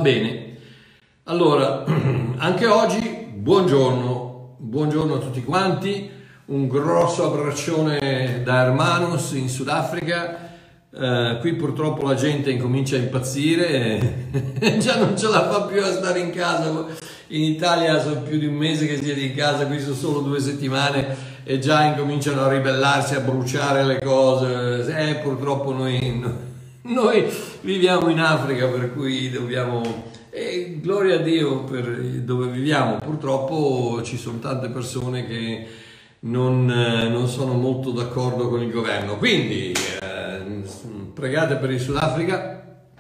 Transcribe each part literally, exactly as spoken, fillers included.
bene, allora anche oggi buongiorno, buongiorno a tutti quanti, un grosso abbraccione da Hermanos in Sudafrica. Uh, qui purtroppo la gente incomincia a impazzire e già non ce la fa più a stare in casa. In Italia sono più di un mese che siete in casa, qui sono solo due settimane e già incominciano a ribellarsi, a bruciare le cose. Eh, purtroppo noi, noi viviamo in Africa, per cui dobbiamo, e gloria a Dio per dove viviamo. Purtroppo ci sono tante persone che non, non sono molto d'accordo con il governo, quindi eh, pregate per il Sudafrica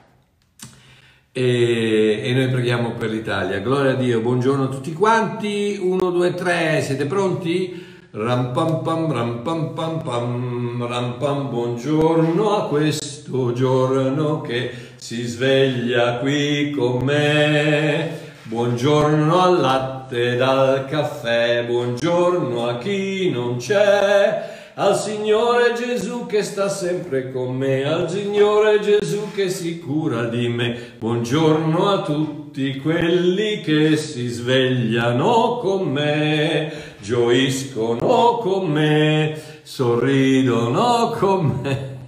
e, e noi preghiamo per l'Italia. Gloria a Dio, buongiorno a tutti quanti, uno, due, tre, siete pronti? Ram pam pam, ram pam pam pam, ram pam, buongiorno a questo giorno che si sveglia qui con me. Buongiorno al latte ed al caffè, buongiorno a chi non c'è, al Signore Gesù che sta sempre con me, al Signore Gesù che si cura di me. Buongiorno a tutti quelli che si svegliano con me, gioiscono con me, sorridono con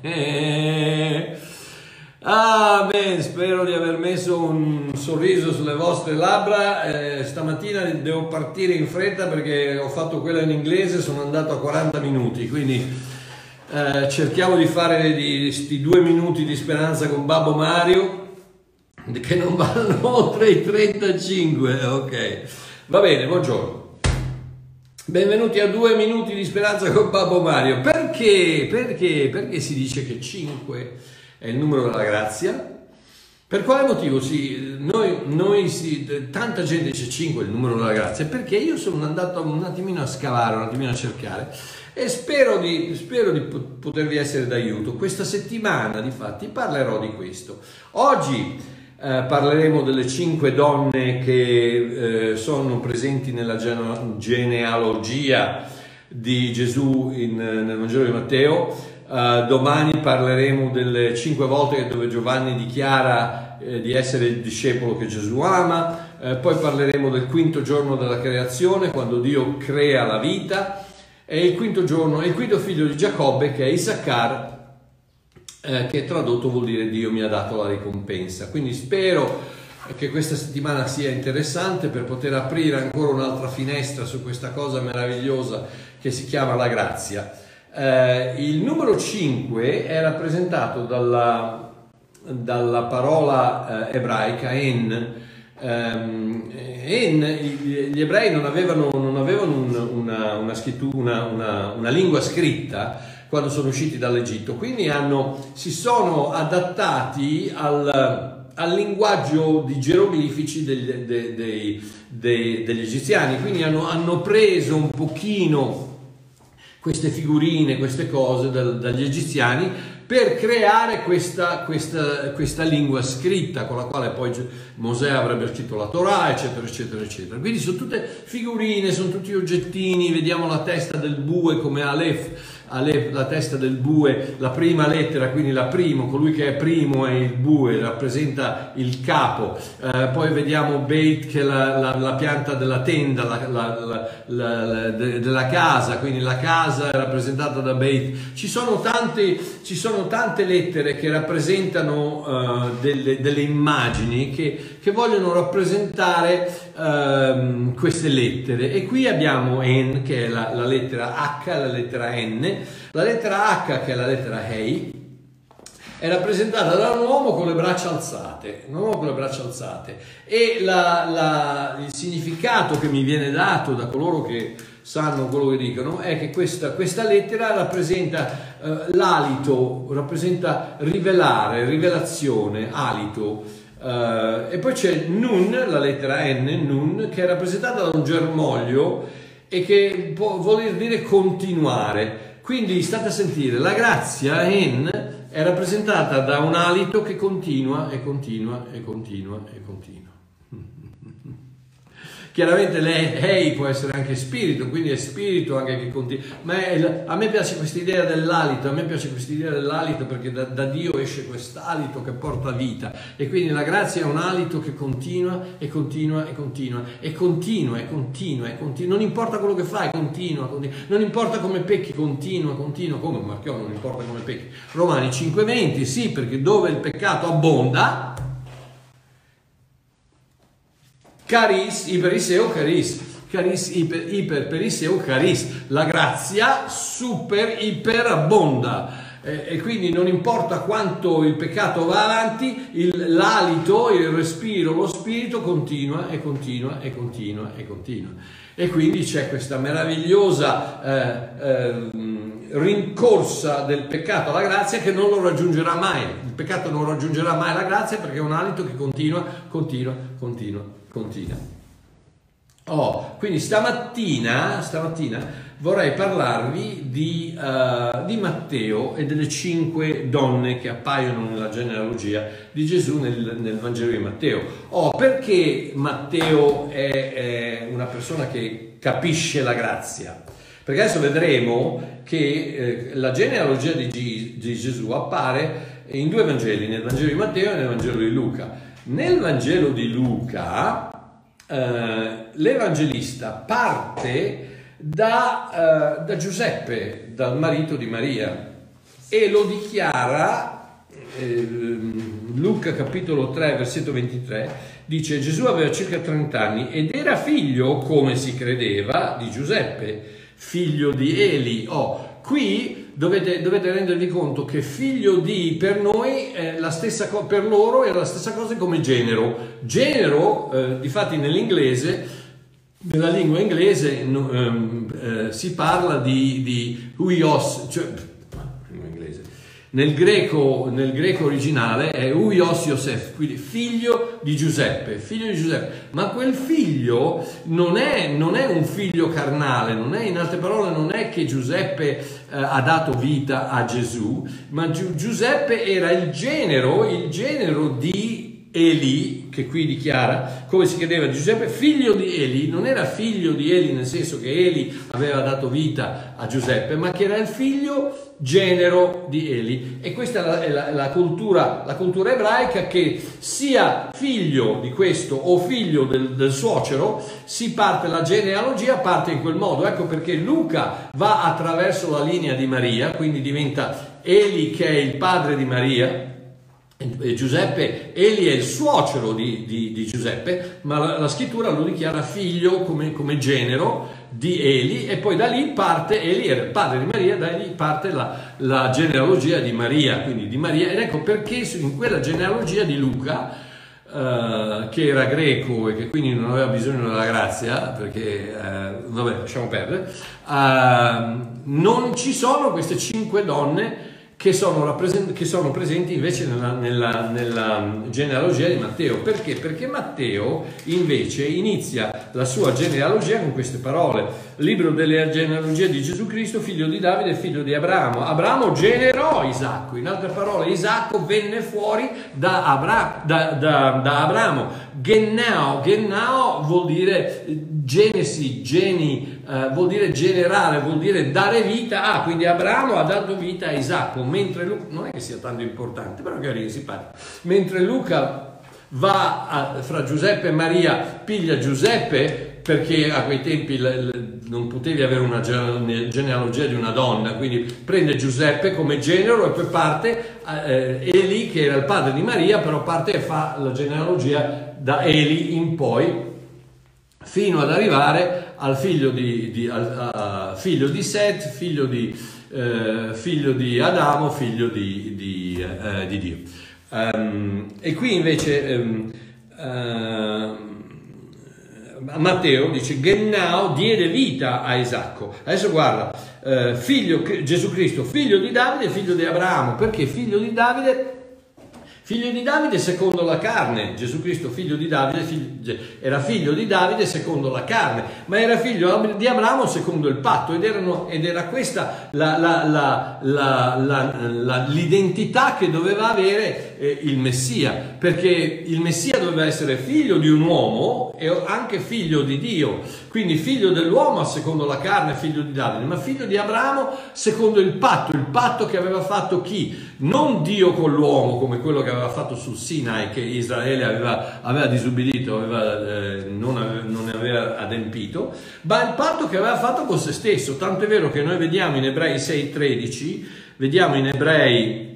me. Amen, spero di aver messo un sorriso sulle vostre labbra. Eh, stamattina devo partire in fretta perché ho fatto quella in inglese, sono andato a quaranta minuti, quindi eh, cerchiamo di fare questi due minuti di speranza con Babbo Mario che non vanno oltre i trentacinque. Ok, va bene, buongiorno, benvenuti a due minuti di speranza con Babbo Mario. Perché? Perché? Perché si dice che cinque è il numero della grazia. Per quale motivo? Sì, noi, noi sì, tanta gente dice cinque è il numero della grazia, perché io sono andato un attimino a scavare, un attimino a cercare e spero di, spero di potervi essere d'aiuto. Questa settimana, difatti, parlerò di questo. Oggi eh, parleremo delle cinque donne che eh, sono presenti nella gene genealogia di Gesù in, nel Vangelo di Matteo. Uh, domani parleremo delle cinque volte dove Giovanni dichiara eh, di essere il discepolo che Gesù ama, uh, poi parleremo del quinto giorno della creazione, quando Dio crea la vita, e il quinto giorno, il quinto figlio di Giacobbe, che è Isaccar, eh, che tradotto vuol dire Dio mi ha dato la ricompensa. Quindi spero che questa settimana sia interessante per poter aprire ancora un'altra finestra su questa cosa meravigliosa che si chiama la grazia. Uh, il numero cinque è rappresentato dalla, dalla parola uh, ebraica en. Um, en gli ebrei non avevano, non avevano un, una, una, una, una, una lingua scritta quando sono usciti dall'Egitto, quindi hanno, si sono adattati al, al linguaggio di geroglifici degli, dei, dei, dei, degli egiziani, quindi hanno, hanno preso un pochino queste figurine, queste cose dal, dagli egiziani per creare questa, questa, questa lingua scritta con la quale poi Mosè avrebbe scritto la Torah, eccetera, eccetera, eccetera. Quindi sono tutte figurine, sono tutti oggettini, vediamo la testa del bue come Aleph, Aleph, la testa del bue, la prima lettera, quindi la primo, colui che è primo è il bue, rappresenta il capo. Eh, poi vediamo Beit, che è la, la, la pianta della tenda, la, la, la, la, la, de, della casa, quindi la casa è rappresentata da Beit. Ci sono tanti, ci sono tante lettere che rappresentano uh, delle, delle immagini che, che vogliono rappresentare uh, queste lettere, e qui abbiamo En, che è la, la lettera H, la lettera N. La lettera H, che è la lettera Hei, è rappresentata da un uomo con le braccia alzate, un uomo con le braccia alzate, e la, la, il significato che mi viene dato da coloro che sanno quello che dicono è che questa, questa lettera rappresenta uh, l'alito, rappresenta rivelare, rivelazione, alito. Uh, e poi c'è Nun, la lettera N, Nun, che è rappresentata da un germoglio e che può voler dire continuare. Quindi state a sentire, la grazia En è rappresentata da un alito che continua e continua e continua e continua. Chiaramente lei, Hei può essere anche spirito, quindi è spirito anche che continua. Ma è, a me piace questa idea dell'alito, a me piace questa idea dell'alito perché da, da Dio esce quest'alito che porta vita. E quindi la grazia è un alito che continua e continua e continua e continua e continua e continua. Non importa quello che fai, continua, continua. Non importa come pecchi, continua, continua. Come Marchione, non importa come pecchi. Romani cinque venti, sì, perché dove il peccato abbonda, caris, iperiseo, caris, caris, iper, iper, periseo, caris, la grazia super, iper abbonda. Eh, e quindi non importa quanto il peccato va avanti, il, l'alito, il respiro, lo spirito continua e continua e continua e continua. E quindi c'è questa meravigliosa eh, eh, rincorsa del peccato alla grazia che non lo raggiungerà mai. Il peccato non raggiungerà mai la grazia perché è un alito che continua, continua, continua, continua. Oh, quindi stamattina, stamattina vorrei parlarvi di, uh, di Matteo e delle cinque donne che appaiono nella genealogia di Gesù nel, nel Vangelo di Matteo. Oh, perché Matteo è, è una persona che capisce la grazia? Perché adesso vedremo che eh, la genealogia di, G- di Gesù appare in due Vangeli, nel Vangelo di Matteo e nel Vangelo di Luca. Nel Vangelo di Luca Uh, l'Evangelista parte da, uh, da Giuseppe, dal marito di Maria, e lo dichiara, eh, Luca capitolo tre, versetto ventitré, dice: Gesù aveva circa trenta anni ed era figlio, come si credeva, di Giuseppe, figlio di Eli. Oh, qui dovete, dovete rendervi conto che figlio di per noi è la stessa cosa, per loro è la stessa cosa come genero. Genero, eh, difatti nell'inglese, nella lingua inglese no, ehm, eh, si parla di, di huios, cioè inglese. Nel greco, nel greco originale è huios Yosef, quindi figlio di Giuseppe, figlio di Giuseppe. Ma quel figlio non è, non è un figlio carnale, non è, in altre parole, non è che Giuseppe eh, ha dato vita a Gesù, ma Gi- Giuseppe era il genero, il genero di Eli, che qui dichiara come si chiedeva di Giuseppe, figlio di Eli. Non era figlio di Eli nel senso che Eli aveva dato vita a Giuseppe, ma che era il figlio genero di Eli. E questa è la, è la, la, cultura, la cultura ebraica, che sia figlio di questo o figlio del, del suocero, si parte, la genealogia parte in quel modo. Ecco perché Luca va attraverso la linea di Maria, quindi diventa Eli che è il padre di Maria, e Giuseppe, Eli è il suocero di, di, di Giuseppe, ma la, la scrittura lo dichiara figlio come, come genero di Eli, e poi da lì parte, Eli era il padre di Maria, da lì parte la, la genealogia di Maria, quindi di Maria. Ed ecco perché in quella genealogia di Luca, uh, che era greco e che quindi non aveva bisogno della grazia, perché, uh, vabbè, lasciamo perdere, uh, non ci sono queste cinque donne Che sono, rappresent- che sono presenti invece nella, nella, nella genealogia di Matteo. Perché? Perché Matteo invece inizia la sua genealogia con queste parole: libro delle genealogie di Gesù Cristo, figlio di Davide, figlio di Abramo. Abramo generò Isacco, in altre parole Isacco venne fuori da, Abra- da, da, da Abramo. Gennao, Gennao vuol dire genesi, geni, eh, vuol dire generare, vuol dire dare vita. Ah, quindi Abramo ha dato vita a Isacco, mentre Luca, non è che sia tanto importante, però che si parla. Mentre Luca va a, fra Giuseppe e Maria, piglia Giuseppe, perché a quei tempi le, le, non potevi avere una genealogia di una donna, quindi prende Giuseppe come genero e poi parte eh, Eli, che era il padre di Maria, però parte e fa la genealogia da Eli in poi, fino ad arrivare al figlio di, di, al, a, figlio di Set, figlio di, eh, figlio di Adamo, figlio di, di, eh, di Dio. Um, e qui invece um, uh, Matteo dice: Gennao diede vita a Isacco. Adesso guarda, uh, figlio, Gesù Cristo, figlio di Davide, figlio di Abramo. Perché figlio di Davide? Figlio di Davide secondo la carne. Gesù Cristo figlio di Davide figlio, era figlio di Davide secondo la carne, ma era figlio di Abramo secondo il patto, ed, erano, ed era questa la, la, la, la, la, la, l'identità che doveva avere eh, il Messia, perché il Messia doveva essere figlio di un uomo e anche figlio di Dio, quindi figlio dell'uomo secondo la carne, figlio di Davide, ma figlio di Abramo secondo il patto, il patto che aveva fatto chi? Non Dio con l'uomo, come quello che aveva fatto sul Sinai, che Israele aveva, aveva disubbidito, aveva, eh, non, aveva, non ne aveva adempito, ma il patto che aveva fatto con se stesso. Tanto è vero che noi vediamo in Ebrei sei tredici, vediamo in Ebrei,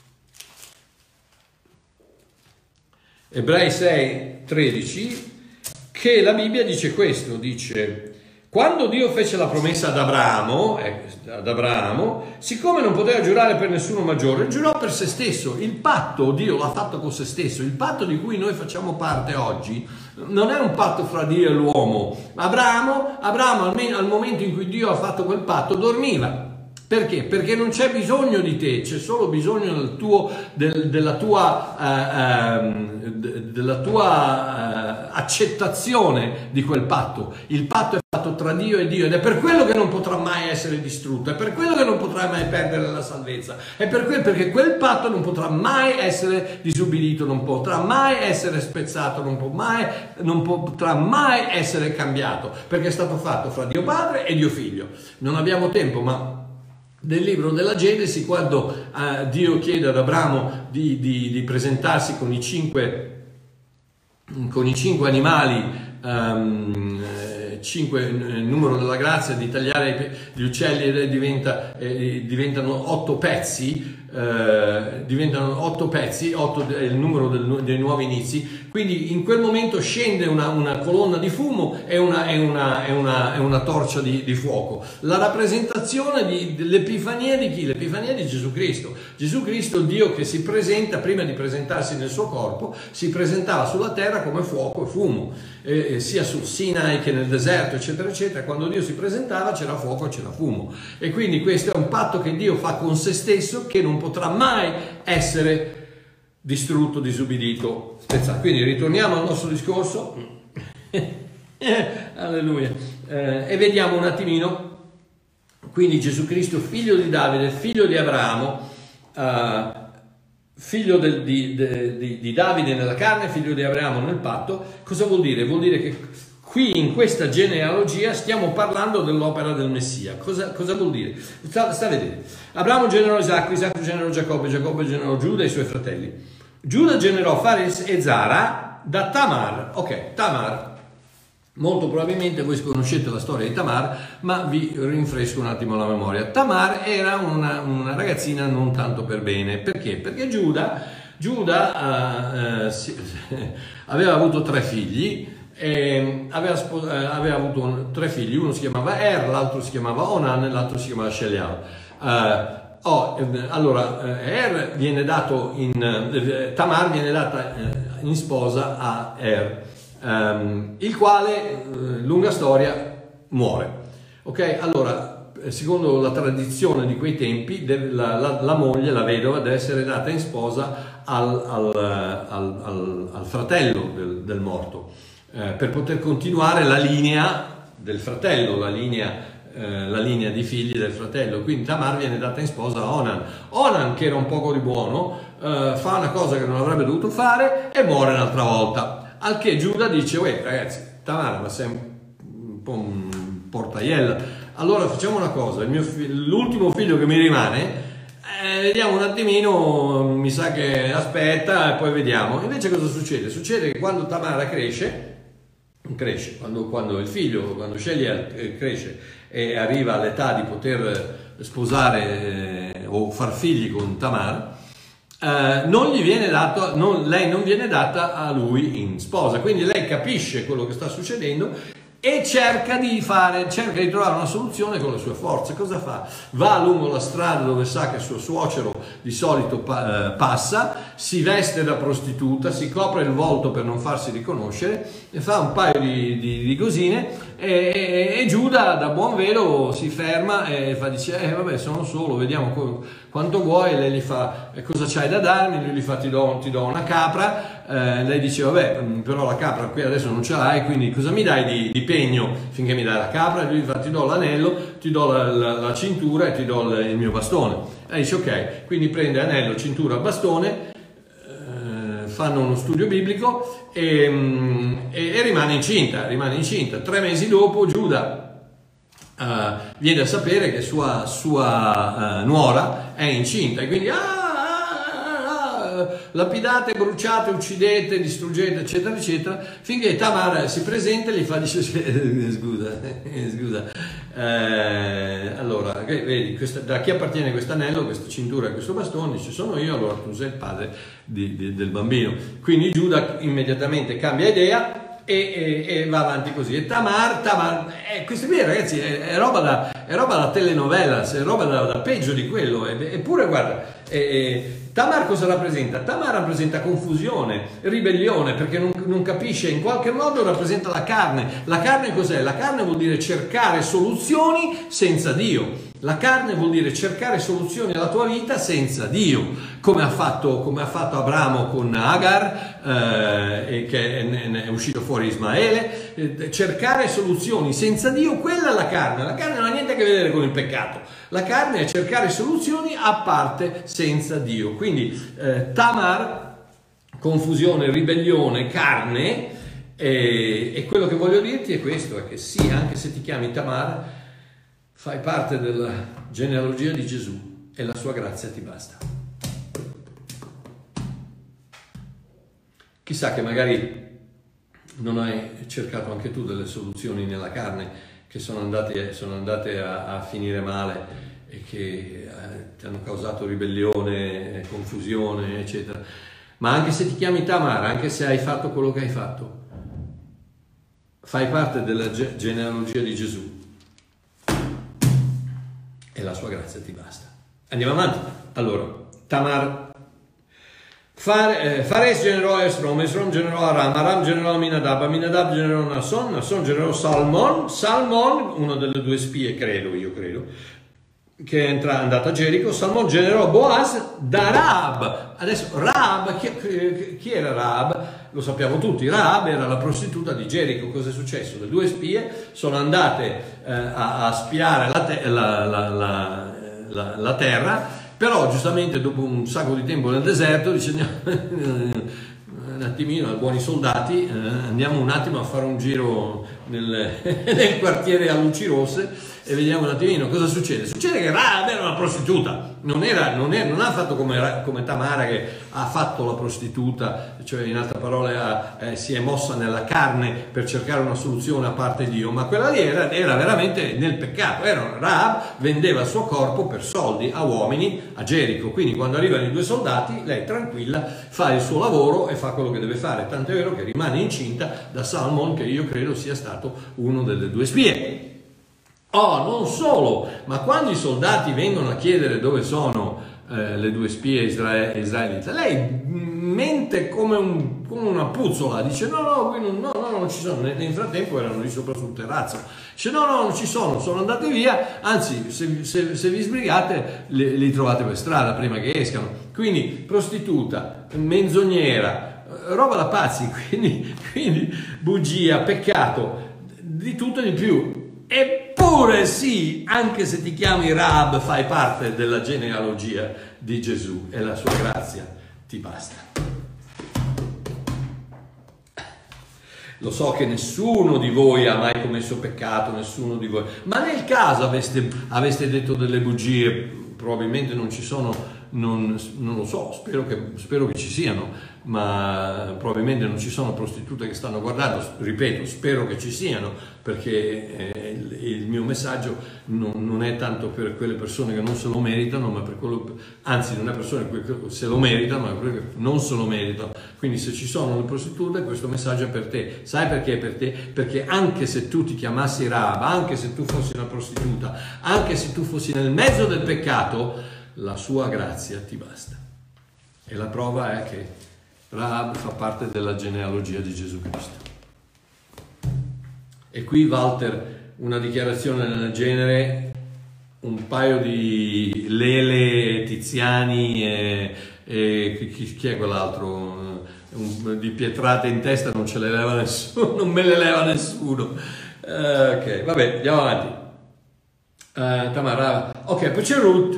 Ebrei sei tredici, che la Bibbia dice questo, dice: quando Dio fece la promessa ad Abramo, eh, ad Abramo, siccome non poteva giurare per nessuno maggiore, giurò per se stesso. Il patto Dio l'ha fatto con se stesso. Il patto di cui noi facciamo parte oggi non è un patto fra Dio e l'uomo. Abramo, Abramo almeno al momento in cui Dio ha fatto quel patto, dormiva. Perché? Perché non c'è bisogno di te, c'è solo bisogno del tuo, del, della tua, eh, eh, della tua eh, accettazione di quel patto. Il patto è fatto tra Dio e Dio ed è per quello che non potrà mai essere distrutto, è per quello che non potrà mai perdere la salvezza, è per quel, perché quel patto non potrà mai essere disubbidito, non potrà mai essere spezzato, non, può mai, non potrà mai essere cambiato, perché è stato fatto fra Dio Padre e Dio Figlio. Non abbiamo tempo, ma nel libro della Genesi, quando uh, Dio chiede ad Abramo di, di, di presentarsi con i cinque, con i cinque animali, um, cinque, il numero della grazia, di tagliare gli uccelli e diventa, eh, diventano otto pezzi, eh, diventano otto pezzi, otto è il numero del, dei nuovi inizi. Quindi in quel momento scende una, una colonna di fumo e una, è una, è una, è una torcia di, di fuoco. La rappresentazione di, dell'Epifania di chi? L'Epifania di Gesù Cristo. Gesù Cristo, il Dio che si presenta, prima di presentarsi nel suo corpo, si presentava sulla terra come fuoco e fumo, eh, sia sul Sinai che nel deserto, eccetera, eccetera. Quando Dio si presentava c'era fuoco e c'era fumo. E quindi questo è un patto che Dio fa con se stesso, che non potrà mai essere distrutto, disubbidito, spezzato. Quindi ritorniamo al nostro discorso. Alleluia. Eh, e vediamo un attimino. Quindi Gesù Cristo, figlio di Davide, figlio di Abramo, eh, figlio del, di, de, di, di Davide nella carne, figlio di Abramo nel patto. Cosa vuol dire? Vuol dire che qui in questa genealogia stiamo parlando dell'opera del Messia. Cosa, cosa vuol dire? Sta, sta a vedere. Abramo generò Isacco, Isacco generò Giacobbe, Giacobbe generò Giuda e i suoi fratelli. Giuda generò Fares e Zara da Tamar. Ok, Tamar. Molto probabilmente voi conoscete la storia di Tamar, ma vi rinfresco un attimo la memoria. Tamar era una, una ragazzina non tanto per bene. Perché? Perché Giuda, Giuda uh, uh, si, aveva avuto tre figli. Eh, aveva, eh, aveva avuto un, tre figli, uno si chiamava Er, l'altro si chiamava Onan e l'altro si chiamava Shelial. Eh, oh, eh, allora, eh, Er viene dato in, eh, Tamar viene data eh, in sposa a Er, ehm, il quale, eh, lunga storia, muore. Ok, allora, secondo la tradizione di quei tempi, deve, la, la, la moglie, la vedova, deve essere data in sposa al, al, al, al, al fratello del, del morto. Eh, per poter continuare la linea del fratello, la linea, eh, la linea di figli del fratello. Quindi Tamar viene data in sposa a Onan. Onan, che era un poco di buono, eh, fa una cosa che non avrebbe dovuto fare e muore un'altra volta. Al che Giuda dice: uè ragazzi, Tamar, ma sei un po' un portaiella, allora facciamo una cosa, il mio fi- l'ultimo figlio che mi rimane, Eh, vediamo un attimino, mi sa che aspetta e poi vediamo. Invece cosa succede? Succede che quando Tamara cresce, cresce quando, quando il figlio, quando Shelial cresce e arriva all'età di poter sposare eh, o far figli con Tamar, eh, non gli viene dato, non, lei non viene data a lui in sposa. Quindi lei capisce quello che sta succedendo e cerca di fare, cerca di trovare una soluzione con le sue forze. Cosa fa? Va lungo la strada dove sa che il suo suocero di solito pa- eh, passa, si veste da prostituta, si copre il volto per non farsi riconoscere e fa un paio di, di, di cosine e, e, e Giuda da buon velo si ferma e fa, dice eh vabbè sono solo, vediamo co- quanto vuoi. E lei gli fa eh, cosa c'hai da darmi? Lui gli fa ti do, ti do una capra. Eh, lei dice vabbè però la capra qui adesso non ce l'hai, quindi cosa mi dai di, di pegno finché mi dai la capra? E lui gli fa ti do l'anello, ti do la, la, la cintura e ti do il, il mio bastone. Lei dice ok, quindi prende anello, cintura, bastone, eh, fanno uno studio biblico e, e, e rimane incinta, rimane incinta. Tre mesi dopo Giuda uh, viene a sapere che sua, sua uh, nuora è incinta e quindi ah, lapidate, bruciate, uccidete, distruggete, eccetera, eccetera, finché Tamar si presenta e gli fa, dice, scusa, scusa, eh, allora, vedi, questa, da chi appartiene questo anello, questa cintura e questo bastone? Dice, sono io, allora tu sei il padre di, di, del bambino. Quindi Giuda immediatamente cambia idea e, e, e va avanti così. E Tamar, Tamar, eh, questo qui ragazzi è, è, roba da, è roba da telenovela, è roba da, da peggio di quello, eppure guarda, eh, Tamar cosa rappresenta? Tamar rappresenta confusione, ribellione, perché non, non capisce, in qualche modo rappresenta la carne. La carne cos'è? La carne vuol dire cercare soluzioni senza Dio. La carne vuol dire cercare soluzioni alla tua vita senza Dio, come ha fatto, come ha fatto Abramo con Agar, eh, e che è, è uscito fuori Ismaele. Eh, cercare soluzioni senza Dio, quella è la carne. La carne non ha niente a che vedere con il peccato. La carne è cercare soluzioni a parte senza Dio. Quindi eh, Tamar, confusione, ribellione, carne, e, e quello che voglio dirti è questo, è che sì, anche se ti chiami Tamar, fai parte della genealogia di Gesù e la sua grazia ti basta. Chissà che magari non hai cercato anche tu delle soluzioni nella carne che sono andate, sono andate a, a finire male e che eh, ti hanno causato ribellione, confusione, eccetera. Ma anche se ti chiami Tamar, anche se hai fatto quello che hai fatto, fai parte della ge- genealogia di Gesù e la sua grazia ti basta. Andiamo avanti. Allora, Tamar. Fares generò Esrom, Esrom generò Aram, Aram generò Aminadab, Aminadab generò Nasson, Nasson generò Salmon, Salmon, uno delle due spie, credo, io credo, che è andato a Gerico. Salmon generò Boaz da Raab. Adesso Raab, chi, chi era Raab? Lo sappiamo tutti, Raab era la prostituta di Gerico. Cosa è successo? Le due spie sono andate eh, a, a spiare la, te- la, la, la, la, la terra. Però giustamente dopo un sacco di tempo nel deserto dice un attimino, ai buoni soldati, eh, andiamo un attimo a fare un giro nel, nel quartiere a luci rosse e vediamo un attimino cosa succede. Succede che Raab era una prostituta, non, era, non, era, non ha fatto come, come Tamara che ha fatto la prostituta, cioè in altre parole ha, eh, si è mossa nella carne per cercare una soluzione a parte Dio, ma quella lì era, era veramente nel peccato. Era, Raab vendeva il suo corpo per soldi a uomini a Gerico, quindi quando arrivano i due soldati lei tranquilla fa il suo lavoro e fa quello che deve fare, tanto è vero che rimane incinta da Salmon, che io credo sia stato uno delle due spie. Oh, non solo, ma quando i soldati vengono a chiedere dove sono eh, le due spie isra- israelite, lei mente come, un, come una puzzola, dice no, no, qui non, no, no, non ci sono. Nel, nel frattempo erano lì sopra sul terrazzo, dice no, no, non ci sono, sono andate via, anzi se, se, se vi sbrigate li, li trovate per strada prima che escano. Quindi prostituta, menzognera, roba da pazzi, quindi, quindi bugia, peccato, di tutto e di più. Eppure sì, anche se ti chiami Raab, fai parte della genealogia di Gesù e la sua grazia ti basta. Lo so che nessuno di voi ha mai commesso peccato, nessuno di voi, ma nel caso aveste, aveste detto delle bugie, probabilmente non ci sono, non, non lo so, spero che, spero che ci siano, ma probabilmente non ci sono prostitute che stanno guardando, ripeto, spero che ci siano, perché eh, il, il mio messaggio non, non è tanto per quelle persone che non se lo meritano, ma per quello, anzi non è persone che se lo meritano, ma per quelle che non se lo meritano. Quindi se ci sono le prostitute, questo messaggio è per te. Sai perché è per te? Perché anche se tu ti chiamassi Raab, anche se tu fossi una prostituta, anche se tu fossi nel mezzo del peccato, la sua grazia ti basta. E la prova è che Raab fa parte della genealogia di Gesù Cristo. E qui Walter, una dichiarazione del genere, un paio di Lele, Tiziani e, e chi, chi è quell'altro? Un, di pietrate in testa non ce le leva nessuno, non me le leva nessuno. Uh, ok, vabbè, andiamo avanti. Uh, Tamara, ok, poi c'è Ruth.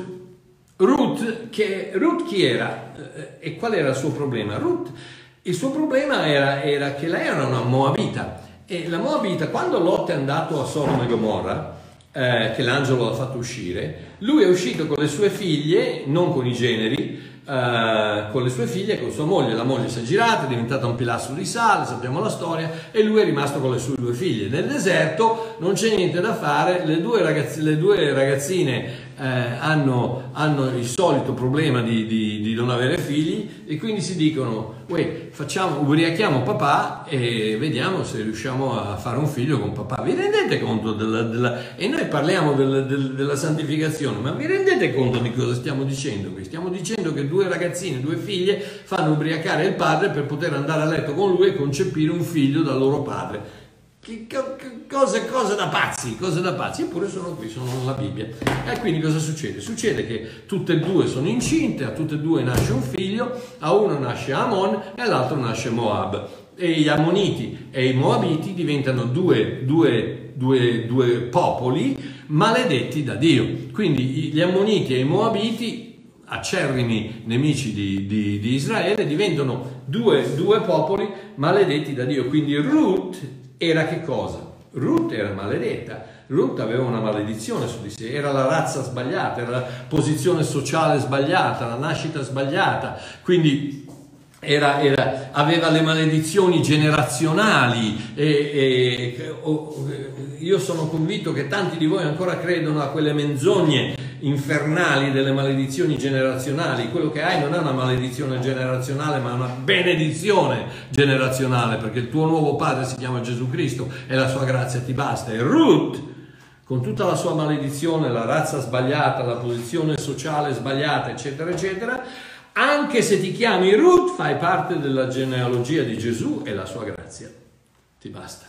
Ruth, che, Ruth chi era? Uh, e qual era il suo problema? Ruth, il suo problema era, era che lei era una Moabita. E la Moabita, quando Lot è andato a Sodoma e Gomorra, eh, che l'angelo l'ha fatto uscire, lui è uscito con le sue figlie, non con i generi, eh, con le sue figlie e con sua moglie. La moglie si è girata, è diventata un pilastro di sale, sappiamo la storia, e lui è rimasto con le sue due figlie. Nel deserto non c'è niente da fare, le due, ragazzi, le due ragazzine eh, hanno, hanno il solito problema di, di, di non avere figli, e quindi si dicono: uè, facciamo, ubriachiamo papà e vediamo se riusciamo a fare un figlio con papà. Vi rendete conto della, della... e noi parliamo del, del, della santificazione, ma vi rendete conto di cosa stiamo dicendo qui? Stiamo dicendo che due ragazzine, due figlie fanno ubriacare il padre per poter andare a letto con lui e concepire un figlio dal loro padre. Che, che, cose, cose da pazzi, cose da pazzi, eppure sono qui, sono nella Bibbia. E quindi cosa succede? Succede che tutte e due sono incinte, a tutte e due nasce un figlio, a uno nasce Amon e all'altro nasce Moab. E gli Ammoniti e i Moabiti diventano due, due, due, due popoli maledetti da Dio. Quindi gli Ammoniti e i Moabiti, acerrimi nemici di, di, di Israele, diventano due, due popoli maledetti da Dio. Quindi Ruth era che cosa? Ruth era maledetta. Ruth aveva una maledizione su di sé, era la razza sbagliata, era la posizione sociale sbagliata, la nascita sbagliata, quindi era, era, aveva le maledizioni generazionali e, e oh, io sono convinto che tanti di voi ancora credono a quelle menzogne infernali delle maledizioni generazionali. Quello che hai non è una maledizione generazionale, ma una benedizione generazionale, perché il tuo nuovo padre si chiama Gesù Cristo e la sua grazia ti basta. E Ruth, con tutta la sua maledizione, la razza sbagliata, la posizione sociale sbagliata, eccetera, eccetera, anche se ti chiami Ruth, fai parte della genealogia di Gesù e la sua grazia ti basta.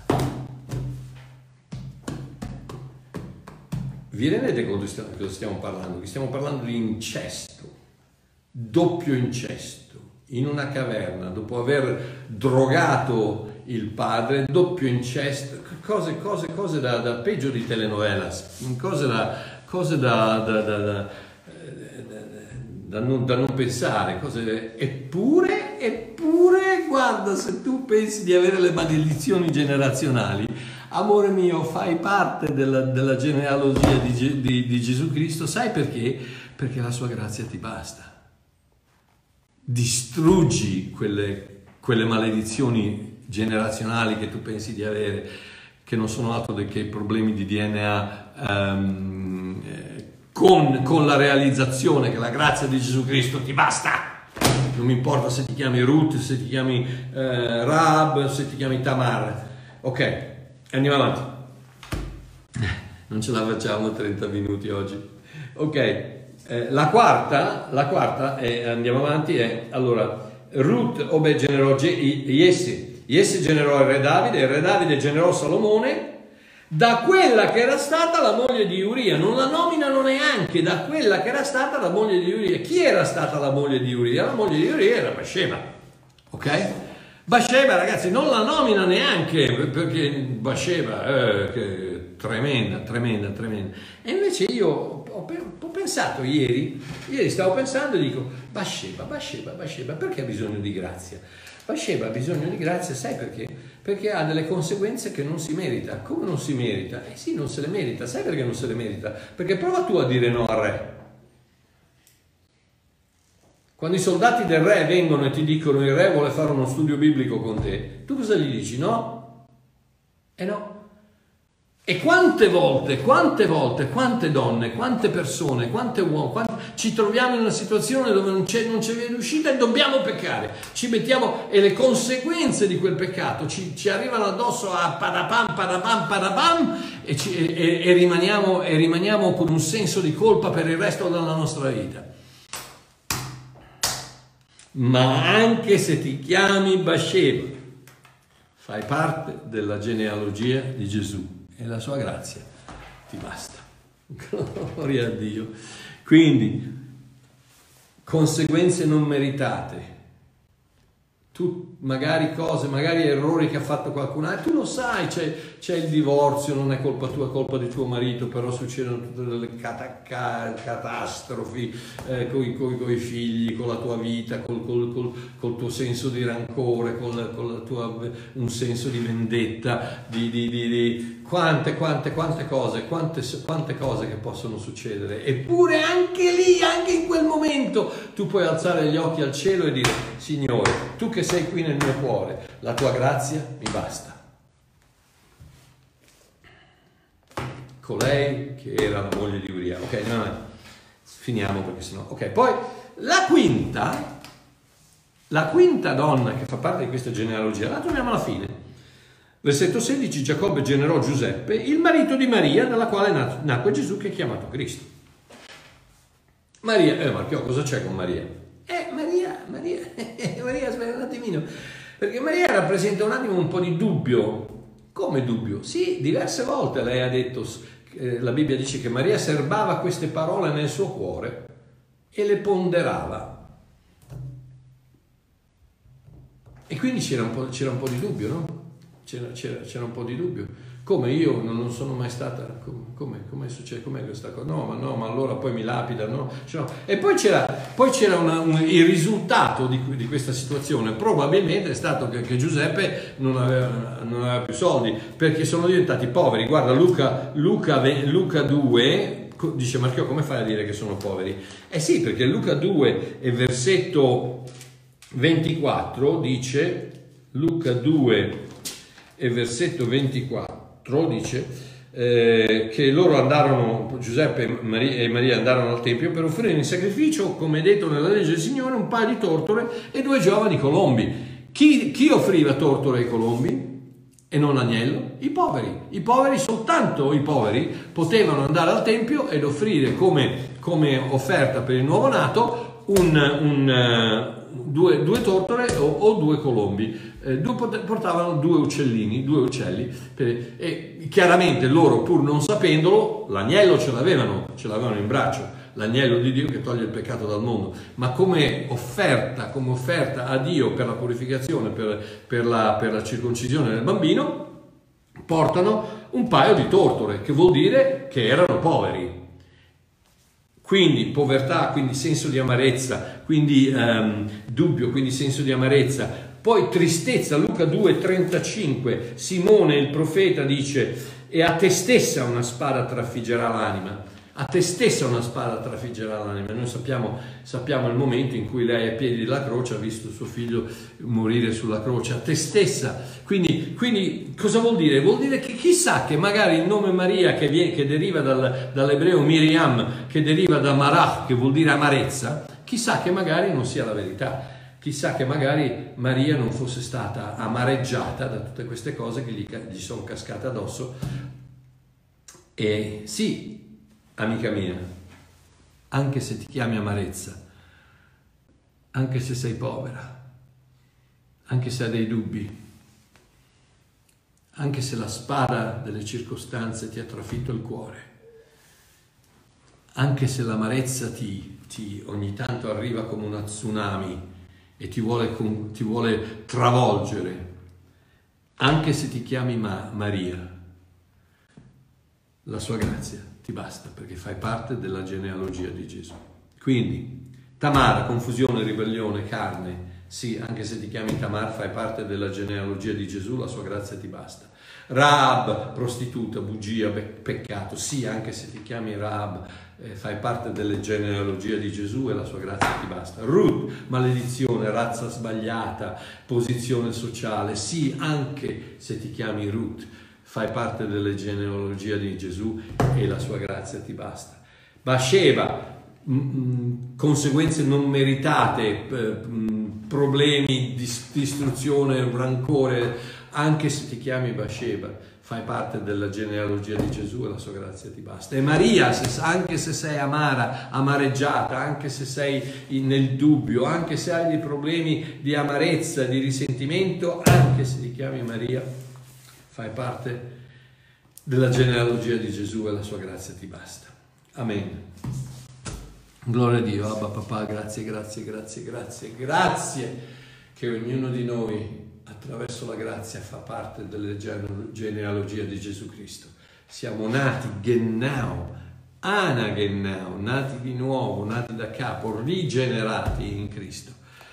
Vi rendete conto di cosa stiamo parlando? Che stiamo parlando di incesto, doppio incesto, in una caverna, dopo aver drogato il padre, doppio incesto, cose, cose, cose da, da peggio di telenovelas, cose da, cose da, da, da, da, da, non, da non pensare, cose, eppure, eppure, guarda, se tu pensi di avere le maledizioni generazionali, amore mio, fai parte della, della genealogia di, di, di Gesù Cristo. Sai perché? Perché la sua grazia ti basta. Distruggi quelle, quelle maledizioni generazionali che tu pensi di avere, che non sono altro che problemi di D N A, um, eh, con, con la realizzazione che la grazia di Gesù Cristo ti basta. Non mi importa se ti chiami Ruth, se ti chiami eh, Rahab, se ti chiami Tamar. Ok. Andiamo avanti, non ce la facciamo trenta minuti oggi. Ok, eh, la quarta, la quarta è, andiamo avanti, è allora Ruth Obed generò Jesse, Jesse generò il re Davide, il re Davide generò Salomone da quella che era stata la moglie di Uria. Non la nominano neanche, da quella che era stata la moglie di Uria. Chi era stata la moglie di Uria? La moglie di Uria era Bathsheba, ok? Bathsheba, ragazzi, non la nomina neanche, perché Bathsheba, eh, che tremenda, tremenda, tremenda. E invece io ho, ho pensato ieri, ieri stavo pensando e dico, Bathsheba, Bathsheba, Bathsheba, perché ha bisogno di grazia? Bathsheba ha bisogno di grazia, sai perché? Perché ha delle conseguenze che non si merita. Come non si merita? Eh sì, non se le merita. Sai perché non se le merita? Perché prova tu a dire no al re. Quando i soldati del re vengono e ti dicono il re vuole fare uno studio biblico con te, tu cosa gli dici? No? E no. E quante volte, quante volte, quante donne, quante persone, quante uomini, quante... ci troviamo in una situazione dove non c'è, non c'è via d'uscita e dobbiamo peccare. Ci mettiamo e le conseguenze di quel peccato ci, ci arrivano addosso a padapam, padapam, padapam e, ci, e, e, rimaniamo, e rimaniamo con un senso di colpa per il resto della nostra vita. Ma anche se ti chiami Bathsheba, fai parte della genealogia di Gesù e la sua grazia ti basta. Gloria a Dio. Quindi, conseguenze non meritate. Tu magari cose, magari errori che ha fatto qualcun altro, tu lo sai, c'è, c'è il divorzio, non è colpa tua, è colpa di tuo marito, però succedono tutte delle cata- catastrofi eh, con i figli, con la tua vita, col, col, col, col tuo senso di rancore, con, la, con la tua, un senso di vendetta, di, di, di, di quante, quante, quante cose, quante, quante cose che possono succedere. Eppure anche lì, anche in quel momento, tu puoi alzare gli occhi al cielo e dire: Signore, tu che sei qui nel mio cuore, la tua grazia mi basta. Colei che era la moglie di Uria. Ok, no, no, finiamo perché sennò. Ok, poi la quinta, la quinta donna che fa parte di questa genealogia, la troviamo alla fine. Versetto sedici: Giacobbe generò Giuseppe, il marito di Maria, dalla quale nacque Gesù, che è chiamato Cristo. Maria, eh, Marchio, cosa c'è con Maria? Eh, Maria, Maria, Maria, aspetta un attimino, perché Maria rappresenta un attimo un po' di dubbio. Come dubbio? Sì, diverse volte lei ha detto, eh, la Bibbia dice che Maria serbava queste parole nel suo cuore e le ponderava. E quindi c'era un po', c'era un po' di dubbio, no? C'era, c'era, c'era un po' di dubbio. Come io non sono mai stata, come, come succede, com'è questa cosa? No, ma no, ma allora poi mi lapida, no? Cioè, no. E poi c'era, poi c'era una, un, il risultato di, di questa situazione, probabilmente è stato che, che Giuseppe non aveva, non aveva più soldi, perché sono diventati poveri. Guarda, Luca, Luca, Luca due, dice Marchio, come fai a dire che sono poveri? Eh sì, perché Luca due e versetto ventiquattro dice, Luca due e versetto ventiquattro, dice eh, che loro andarono, Giuseppe e Maria, e Maria andarono al Tempio per offrire in sacrificio, come detto nella legge del Signore, un paio di tortore e due giovani colombi. Chi, chi offriva tortore ai colombi e non agnello? I poveri. I poveri, soltanto i poveri, potevano andare al Tempio ed offrire come, come offerta per il nuovo nato un, un, due, due tortore o, o due colombi. Eh, due, portavano due uccellini, due uccelli, per, e chiaramente loro, pur non sapendolo, l'agnello ce l'avevano, ce l'avevano in braccio, l'agnello di Dio che toglie il peccato dal mondo, ma come offerta, come offerta a Dio per la purificazione, per, per, la, per la circoncisione del bambino, portano un paio di tortore, che vuol dire che erano poveri. Quindi povertà, quindi senso di amarezza, quindi um, dubbio, quindi senso di amarezza. Poi tristezza, Luca due trentacinque, Simone il profeta dice: e a te stessa una spada trafiggerà l'anima, a te stessa una spada trafiggerà l'anima. Noi sappiamo, sappiamo il momento in cui lei ai piedi della croce ha visto suo figlio morire sulla croce, a te stessa. Quindi, quindi cosa vuol dire? Vuol dire che chissà che magari il nome Maria, che, viene, che deriva dal, dall'ebreo Miriam, che deriva da Marach, che vuol dire amarezza, chissà che magari non sia la verità. Chissà che magari Maria non fosse stata amareggiata da tutte queste cose che gli, gli sono cascate addosso. E sì, amica mia, anche se ti chiami amarezza, anche se sei povera, anche se hai dei dubbi, anche se la spada delle circostanze ti ha trafitto il cuore, anche se l'amarezza ti, ti ogni tanto arriva come una tsunami e ti vuole, ti vuole travolgere, anche se ti chiami Ma- Maria, la sua grazia ti basta, perché fai parte della genealogia di Gesù. Quindi Tamar, confusione, ribellione, carne, sì, anche se ti chiami Tamar fai parte della genealogia di Gesù, la sua grazia ti basta. Rahab, prostituta, bugia, peccato, sì, anche se ti chiami Rahab eh, fai parte della genealogia di Gesù e la sua grazia ti basta. Ruth, maledizione, razza sbagliata, posizione sociale, sì, anche se ti chiami Ruth fai parte della genealogia di Gesù e la sua grazia ti basta. Bathsheba, mh, mh, conseguenze non meritate, mh, problemi, dis- distruzione, rancore, anche se ti chiami Bathsheba, fai parte della genealogia di Gesù e la sua grazia ti basta. E Maria, se, anche se sei amara, amareggiata, anche se sei in, nel dubbio, anche se hai dei problemi di amarezza, di risentimento, anche se ti chiami Maria, fai parte della genealogia di Gesù e la sua grazia ti basta. Amen. Gloria a Dio. Abba papà, grazie, grazie, grazie, grazie, grazie che ognuno di noi attraverso la grazia fa parte della genealogia di Gesù Cristo. Siamo nati gennao, ana gennao, nati di nuovo, nati da capo, rigenerati in Cristo.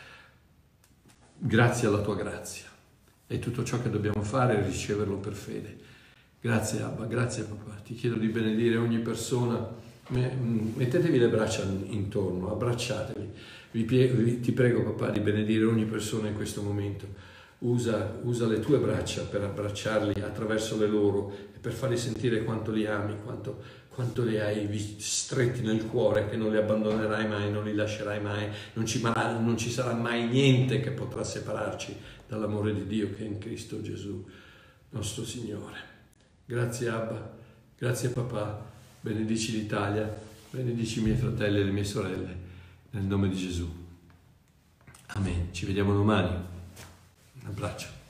Grazie alla tua grazia. E tutto ciò che dobbiamo fare è riceverlo per fede. Grazie Abba, grazie papà. Ti chiedo di benedire ogni persona. Mettetevi le braccia intorno, abbracciatevi. Vi vi, ti prego papà di benedire ogni persona in questo momento. Usa, usa le tue braccia per abbracciarli attraverso le loro e per farli sentire quanto li ami, quanto, quanto li hai stretti nel cuore, che non li abbandonerai mai, non li lascerai mai, non ci, non ci sarà mai niente che potrà separarci dall'amore di Dio che è in Cristo Gesù, nostro Signore. Grazie Abba, grazie papà, benedici l'Italia, benedici i miei fratelli e le mie sorelle, nel nome di Gesù. Amen. Ci vediamo domani. Un abbraccio.